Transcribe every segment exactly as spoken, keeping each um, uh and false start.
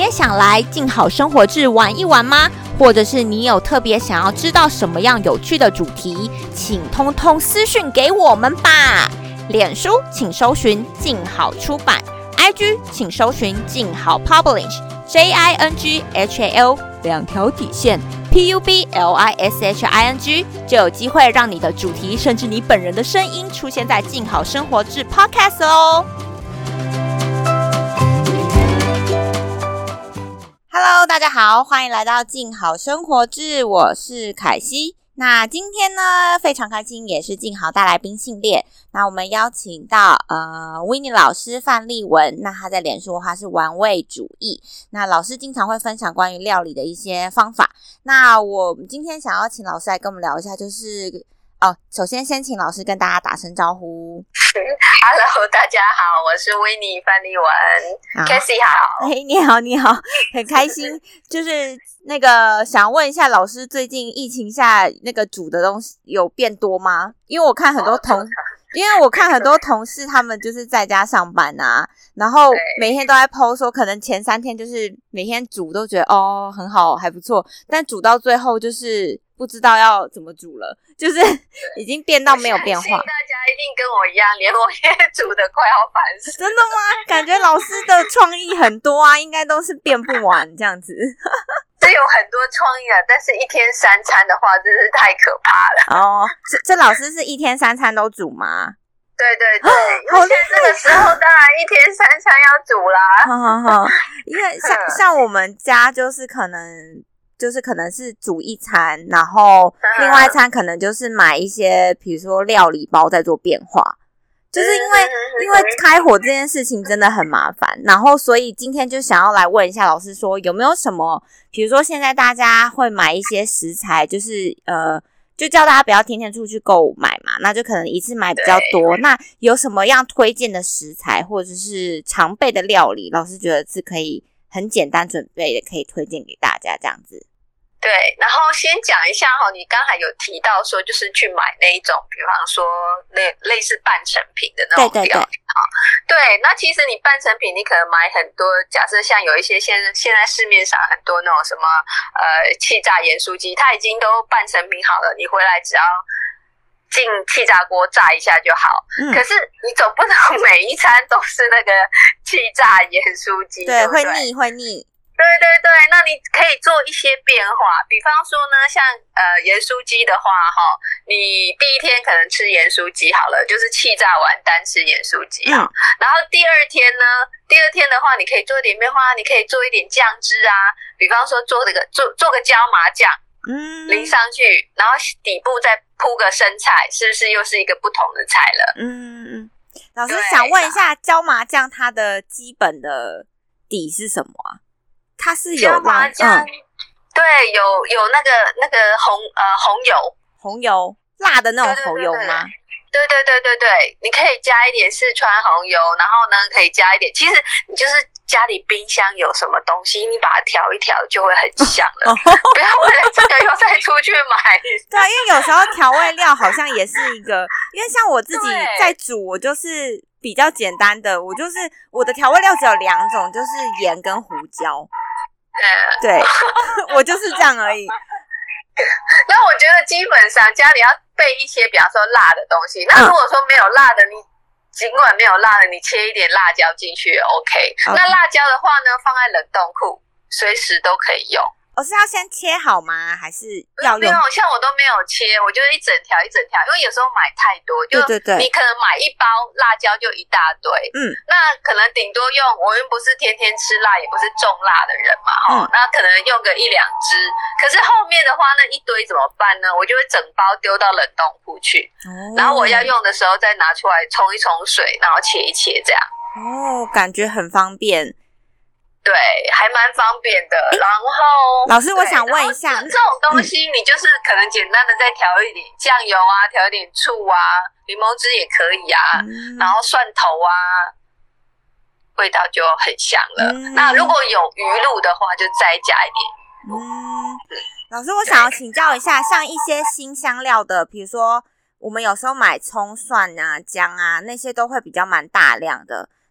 也想来静好生活志玩一玩吗？或者是你有特别想要知道什么样有趣的主题，请通通私讯给我们吧。脸书请搜寻静好出版， I G 请搜寻静好 Publish J I N G H A L 两条底线 P U B L I S H I N G 就有机会让你的主题甚至你本人的声音出现在静好生活志 Podcast 哦。Hello， 大家好，欢迎来到静好生活志，我是凯西。那今天呢，非常开心，也是静好大来宾系列。那我们邀请到呃 Winnie 老师范丽文，那他在脸书的话是玩味主义。那老师经常会分享关于料理的一些方法。那我们今天想要请老师来跟我们聊一下，就是哦，首先先请老师跟大家打声招呼。 Hello， 大家好，我是 Winnie 范丽文 ，Cassie 好。 哎，你好，你好，很开心。就是那个想问一下老师，最近疫情下那个煮的东西有变多吗？因为我看很多同，因为我看很多同事他们就是在家上班啊，然后每天都在 po 说，可能前三天就是每天煮都觉得哦很好还不错，但煮到最后就是不知道要怎么煮了，就是已经变到没有变化。 大家一定跟我一样，连我也煮得快要烦死。 真的吗？感觉老师的创意很多啊，应该都是变不完这样子。 是有很多创意啊，但是一天三餐的话真是太可怕了。 哦，这这老师是一天三餐都煮吗？ 对对对，因为现在这个时候当然一天三餐要煮啦。 好好好，因为像像我们家就是可能就是可能是煮一餐，然后另外一餐可能就是买一些比如说料理包再做变化。就是因为因为开火这件事情真的很麻烦，然后所以今天就想要来问一下老师说，有没有什么比如说现在大家会买一些食材，就是呃就叫大家不要天天出去购买嘛，那就可能一次买比较多，那有什么样推荐的食材或者是常备的料理，老师觉得是可以很简单准备的，可以推荐给大家这样子。 对，然后先讲一下哈，你刚才有提到说，就是去买那一种，比方说类类似半成品的那种料理哈。对，那其实你半成品，你可能买很多，假设像有一些现现在市面上很多那种什么呃气炸盐酥鸡，它已经都半成品好了，你回来只要进气炸锅炸一下就好。嗯、可是你总不能每一餐都是那个气炸盐酥鸡，对， 对不对？会腻，会腻。 对对对，那你可以做一些变化，比方说呢，像呃盐酥鸡的话哈，你第一天可能吃盐酥鸡好了，就是气炸完单吃盐酥鸡啊、嗯，然后第二天呢，第二天的话你可以做一点变化，你可以做一点酱汁啊，比方说做这个做做个椒麻酱，嗯，淋上去，然后底部再铺个生菜，是不是又是一个不同的菜了？嗯嗯，老师想问一下，椒麻酱它的基本的底是什么啊？它是有椒麻酱、嗯，对，有有那个那个红呃红油， 红油辣的那种红油吗？ 对对对对对，你可以加一点四川红油，然后呢可以加一点，其实你就是家里冰箱有什么东西，你把它调一调就会很香了，不要为了这个又再出去买。 对，因为有时候调味料好像也是一个，因为像我自己在煮，我就是比较简单的，我就是我的调味料只有两种，就是盐跟胡椒。对，我就是这样而已。 那我觉得基本上家里要备一些，比方说辣的东西。那如果说没有辣的，你尽管没有辣的，你切一点辣椒进去也 OK。那辣椒的话呢，放在冷冻库，随时都可以用。 我、哦、是要先切好吗？还是要用？ 没有，像我都没有切，我就是一整条一整条，因为有时候买太多，就对对对， 你可能买一包辣椒就一大堆，嗯，那可能顶多用，我又不是天天吃辣，也不是重辣的人嘛，哈、嗯，那可能用个一两支，可是后面的话那一堆怎么办呢？我就会整包丢到冷冻库去，哦，然后我要用的时候再拿出来冲一冲水，然后切一切这样。 哦，感觉很方便。 对，还蛮方便的。然后， 老师，我想问一下， 这种东西你就是可能简单的再调一点酱油啊，调一点醋啊，柠檬汁也可以啊，嗯、然后蒜头啊，味道就很香了。嗯、那如果有鱼露的话，就再加一点。 嗯，老师，我想要请教一下，像一些辛香料的，比如说我们有时候买葱、蒜啊、姜啊，那些都会比较蛮大量的。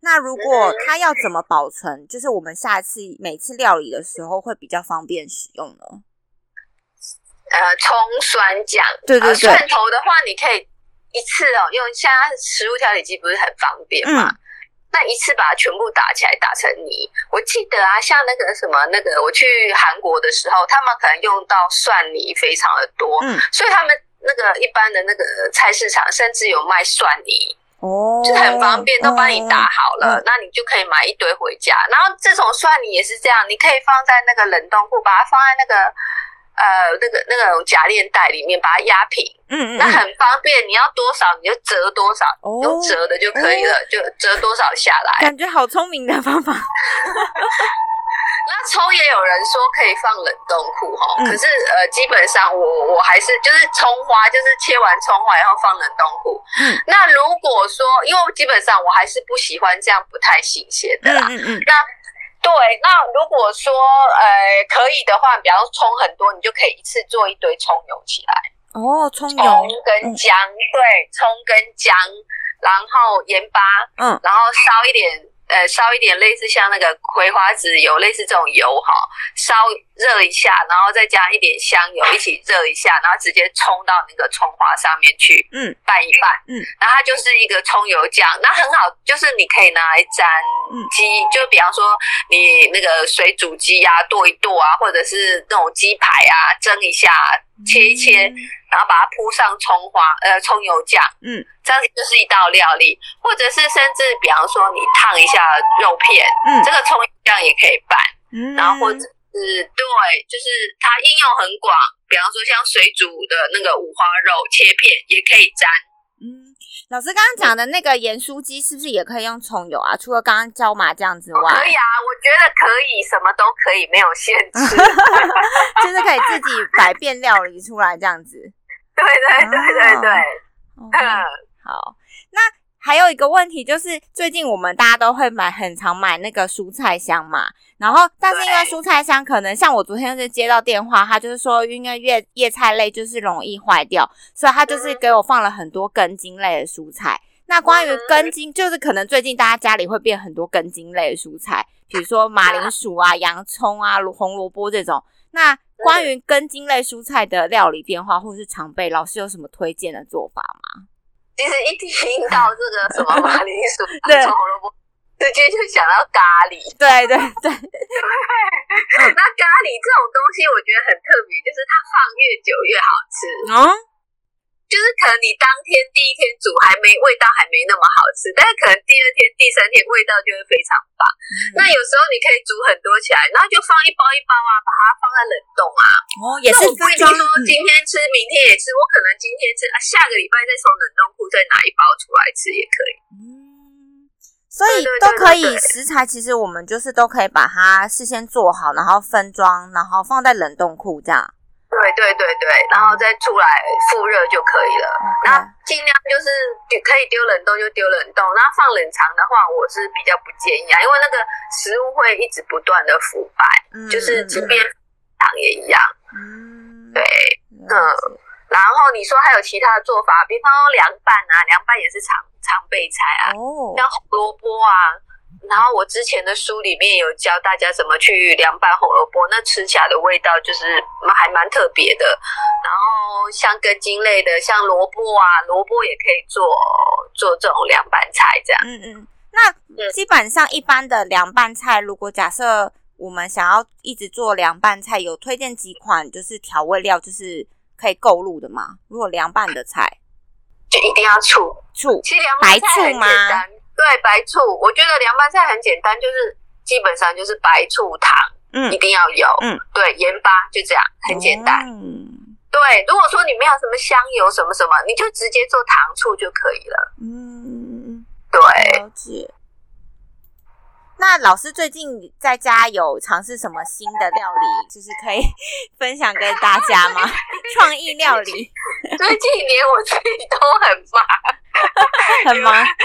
那如果它要怎么保存，就是我们下次每次料理的时候会比较方便使用呢？ 呃，葱蒜酱， 对对对， 蒜头的话，你可以一次哦，用现在食物调理机不是很方便嘛？嗯，那一次把它全部打起来，打成泥。我记得啊，像那个什么，那个我去韩国的时候，他们可能用到蒜泥非常的多，嗯，所以他们那个一般的那个菜市场甚至有卖蒜泥。哦，就很方便，都帮你打好了，哦，那你就可以买一堆回家。然后这种蒜泥也是这样，你可以放在那个冷冻库，把它放在那个呃那个那个夹链袋里面，把它压平。嗯嗯，那很方便，你要多少你就折多少，哦，用折的就可以了，哦，就折多少下来。 感觉好聪明的方法。 那葱也有人说可以放冷冻库哈，嗯，可是呃基本上我我还是就是葱花，就是切完葱花以后放冷冻库。嗯，那如果说因为基本上我还是不喜欢这样不太新鲜的啦。嗯嗯嗯。那对，那如果说呃可以的话，比方说葱很多，你就可以一次做一堆葱油起来。 哦，葱油。 葱跟姜，嗯，对，葱跟姜，然后盐巴，嗯，然后烧一点。呃，烧一点类似像那个葵花籽油，类似这种油哈，烧热一下，然后再加一点香油一起热一下，然后直接冲到那个葱花上面去，嗯，拌一拌，嗯，然后它就是一个葱油酱，那很好，就是你可以拿来沾鸡，嗯，就比方说你那个水煮鸡啊，剁一剁啊，或者是那种鸡排啊，蒸一下，切一切。嗯，然后把它铺上葱花，呃，葱油酱，嗯，这样子就是一道料理，或者是甚至比方说你烫一下肉片，嗯，这个葱油酱也可以拌，嗯，然后或者是对，就是它应用很广，比方说像水煮的那个五花肉切片也可以沾。 嗯，老师刚刚讲的那个盐酥鸡是不是也可以用葱油啊？除了刚刚椒麻酱之外， 哦，可以啊，我觉得可以，什么都可以，没有限制， 就是可以自己百变料理出来这样子。 对对对对对， 哦 okay，好，那还有一个问题就是，最近我们大家都会买，很常买那个蔬菜箱嘛，然后但是因为蔬菜箱可能像我昨天就接到电话，他就是说因为叶叶菜类就是容易坏掉，所以他就是给我放了很多根茎类的蔬菜。那关于根茎，就是可能最近大家家里会变很多根茎类的蔬菜，比如说马铃薯啊、洋葱啊、红萝卜这种。那关于根茎类蔬菜的料理变化或是常备，老师有什么推荐的做法吗？ 其实一听到这个什么马铃薯、洋葱、红萝卜，直接就想到咖喱。 对对对。 那咖喱这种东西，我觉得很特别，就是它放越久越好吃。嗯。就是可能你当天第一天煮还没味道还没那么好吃，但是可能第二天第三天味道就会非常棒。嗯，那有时候你可以煮很多起来，然后就放一包一包啊，把它放在冷冻啊。哦，也是不一定说今天吃，嗯，明天也吃，我可能今天吃啊，下个礼拜再从冷冻库再拿一包出来吃也可以。 嗯，所以都可以，食材其实我们就是都可以把它事先做好，然后分装，然后放在冷冻库这样。 对对对对，然后再出来复热就可以了。Okay. 然后尽量就是可以丢冷冻就丢冷冻，然后放冷藏的话，我是比较不建议啊，因为那个食物会一直不断的腐败，嗯，就是即便糖也一样。嗯，对，嗯。然后你说还有其他的做法，比方说凉拌啊，凉拌也是常常备菜啊，哦，像红萝卜啊。然后我之前的书里面有教大家怎么去凉拌红萝卜，那吃起来的味道就是还蛮特别的。然后像根茎类的，像萝卜啊，萝卜也可以做做这种凉拌菜这样。 嗯嗯，那基本上一般的凉拌菜，如果假设我们想要一直做凉拌菜，有推荐几款就是调味料就是可以购入的吗？如果凉拌的菜， 就一定要醋醋， 其实凉拌菜很简单。对，白醋，我觉得凉拌菜很简单，就是基本上就是白醋、糖，嗯，一定要有，嗯，对，盐巴就这样，很简单。嗯，对，如果说你没有什么香油什么什么，你就直接做糖醋就可以了。嗯，对。 了解。那老师最近在家有尝试什么新的料理，就是可以分享给大家吗？创意料理。 最近连我自己都很忙。 很忙。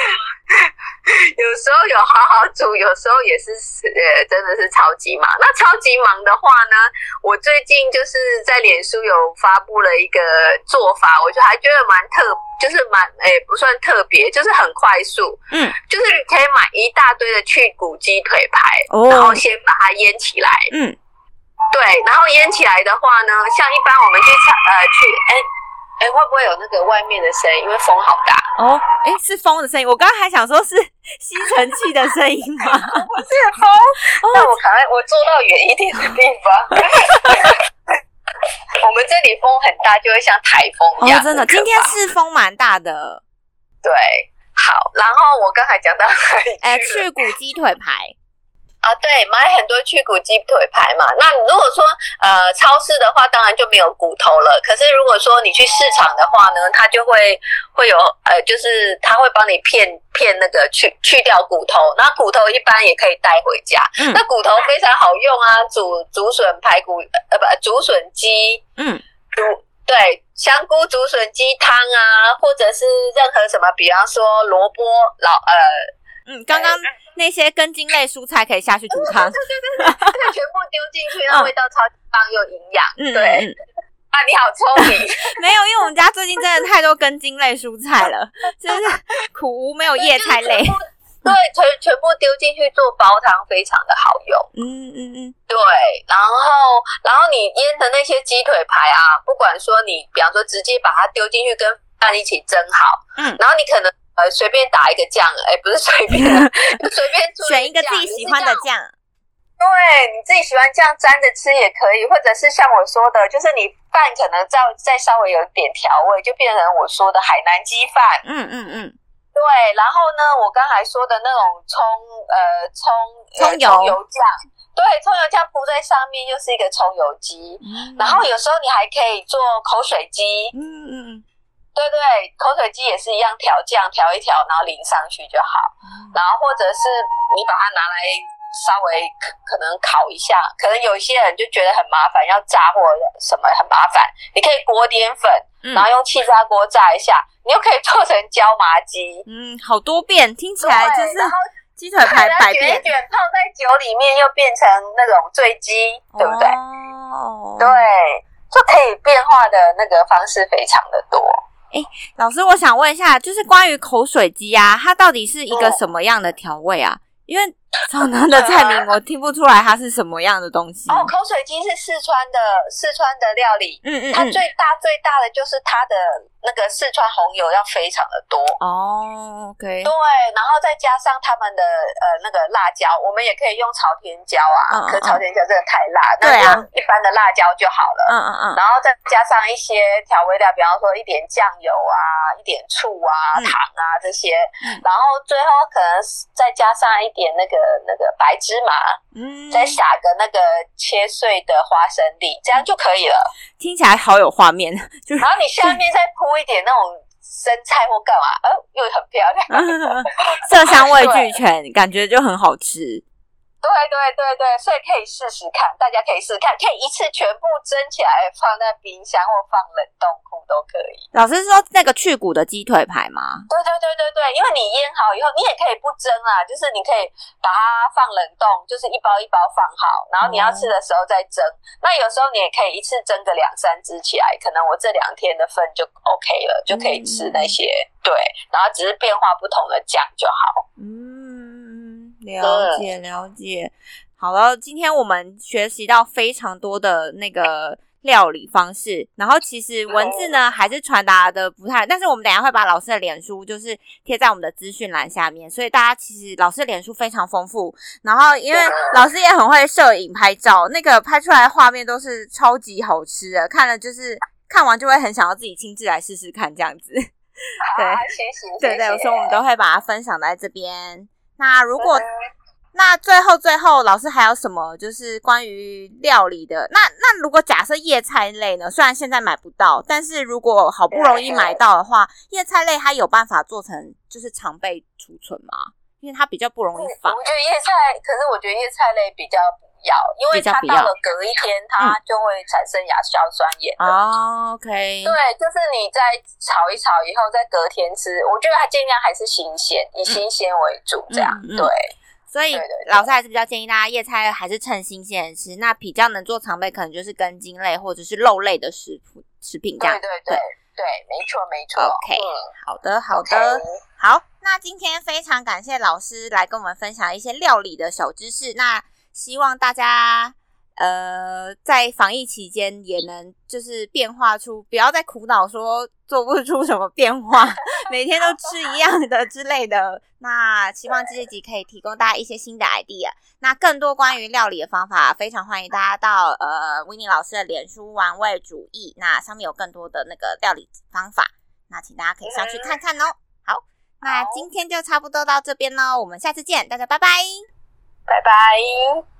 有时候有好好煮，有时候也是呃，真的是超级忙。那超级忙的话呢，我最近就是在脸书有发布了一个做法，我就还觉得蛮特，就是蛮诶、欸、不算特别，就是很快速。嗯，就是你可以买一大堆的去骨鸡腿排，哦、然后先把它腌起来。嗯，对，然后腌起来的话呢，像一般我们去呃去哎。欸哎，会不会有那个外面的声音？因为风好大哦。哎，是风的声音。我刚刚还想说是吸尘器的声音吗？ 不是风。哦、那我赶快我坐到远一点的地方。我们这里风很大，就会像台风一样。 哦，真的，今天是风蛮大的。 对，好。然后我刚才讲到哪里去了？ 哎，去骨鸡腿排。 啊，对，买很多去骨鸡腿排嘛。那如果说呃超市的话，当然就没有骨头了。可是如果说你去市场的话呢，它就会会有呃，就是它会帮你片片那个去去掉骨头。那骨头一般也可以带回家。嗯、那骨头非常好用啊，煮竹笋排骨呃不竹笋鸡，嗯，竹对香菇竹笋鸡汤啊，或者是任何什么，比方说萝卜老呃。 嗯，刚刚那些根茎类蔬菜可以下去煮汤， 对对对对，可以全部丢进去，那味道超级棒又营养。嗯，对。啊，你好聪明。 没有，因为我们家最近真的太多根茎类蔬菜了，就是苦无没有叶菜类。 对，全全部丢进去做煲汤，非常的好用。嗯嗯嗯，对。然后，然后你腌的那些鸡腿排啊，不管说你，比方说直接把它丢进去跟饭一起蒸好，嗯，然后你可能。呃，随便打一个酱，哎、欸，不是随便，随便选一个自己喜欢的酱。 对，你自己喜欢酱沾着吃也可以，或者是像我说的，就是你饭可能再再稍微有点调味，就变成我说的海南鸡饭。嗯嗯嗯。对，然后呢，我刚才说的那种葱呃葱葱油葱油酱，对，葱油酱铺在上面又是一个葱油鸡，嗯、然后有时候你还可以做口水鸡。嗯嗯嗯。对对，口水鸡也是一样，调酱调一调，然后淋上去就好。嗯、然后或者是你把它拿来稍微可可能烤一下，可能有些人就觉得很麻烦，要炸或什么很麻烦，你可以裹点粉，嗯、然后用气炸锅炸一下，你又可以做成椒麻鸡。 嗯，好多变，听起来就是鸡腿排百变。 卷一卷泡在酒里面，又变成那种醉鸡，对不对？哦，对，就可以变化的那个方式非常的多。 哎，老师，我想问一下，就是关于口水鸡啊，它到底是一个什么样的调味啊？因为草南的菜名我听不出来它是什么样的东西。 哦，口水鸡是四川的四川的料理，嗯嗯嗯，它最大最大的就是它的那个四川红油要非常的多。 哦 ，OK。 对，然后再加上他们的呃那个辣椒，我们也可以用朝天椒啊，嗯嗯嗯，可是朝天椒真的太辣，那用一般的辣椒就好了。嗯嗯嗯。然后再加上一些调味料，比方说一点酱油啊，一点醋啊，嗯、糖啊这些，嗯、然后最后可能再加上一点那个那个白芝麻，嗯，再撒个那个切碎的花生粒，这样就可以了。 听起来好有画面。 然后你下面再铺一点那种生菜或干嘛，呃，又很漂亮， 色香味俱全，感觉就很好吃。 对对对对，所以可以试试看，大家可以试试看，可以一次全部蒸起来放在冰箱或放冷冻库都可以。 老师说那个去骨的鸡腿排吗？ 对对对对对，因为你腌好以后，你也可以不蒸啦，就是你可以把它放冷冻，就是一包一包放好，然后你要吃的时候再蒸。嗯、那有时候你也可以一次蒸个两三只起来，可能我这两天的份就 OK 了，就可以吃那些。嗯、对，然后只是变化不同的酱就好。嗯。 了解了解，好了，今天我们学习到非常多的那个料理方式，然后其实文字呢还是传达的不太，但是我们等一下会把老师的脸书就是贴在我们的资讯栏下面，所以大家其实老师的脸书非常丰富，然后因为老师也很会摄影拍照，那个拍出来的画面都是超级好吃的，看了就是看完就会很想要自己亲自来试试看这样子。 对，谢谢， 对对，所以我们都会把它分享在这边。那如果那最后最后老师还有什么就是关于料理的，那那如果假设叶菜类呢，虽然现在买不到，但是如果好不容易买到的话，叶菜类它有办法做成就是常备储存吗？因为它比较不容易放。 我觉得叶菜，可是我觉得叶菜类比较不要，因为它到了隔一天，它就会产生亚硝酸盐了。 哦 ，OK。 对，就是你在炒一炒以后，再隔天吃，我觉得它尽量还是新鲜，以新鲜为主，这样、嗯嗯、对。 所以老师还是比较建议大家叶菜还是趁新鲜吃，那比较能做常备可能就是根茎类或者是肉类的食谱食品这样。 对对对 对, 对，没错没错。 OK，、嗯、好的好的、okay. 好，那今天非常感谢老师来跟我们分享一些料理的小知识，那希望大家呃在防疫期间也能就是变化出，不要再苦恼说做不出什么变化每天都吃一样的之类的，那希望这一集可以提供大家一些新的 idea。 那更多关于料理的方法非常欢迎大家到呃 Winnie 老师的脸书玩味主义，那上面有更多的那个料理方法，那请大家可以上去看看哦。好，那今天就差不多到这边咯，我们下次见，大家拜拜， 拜拜。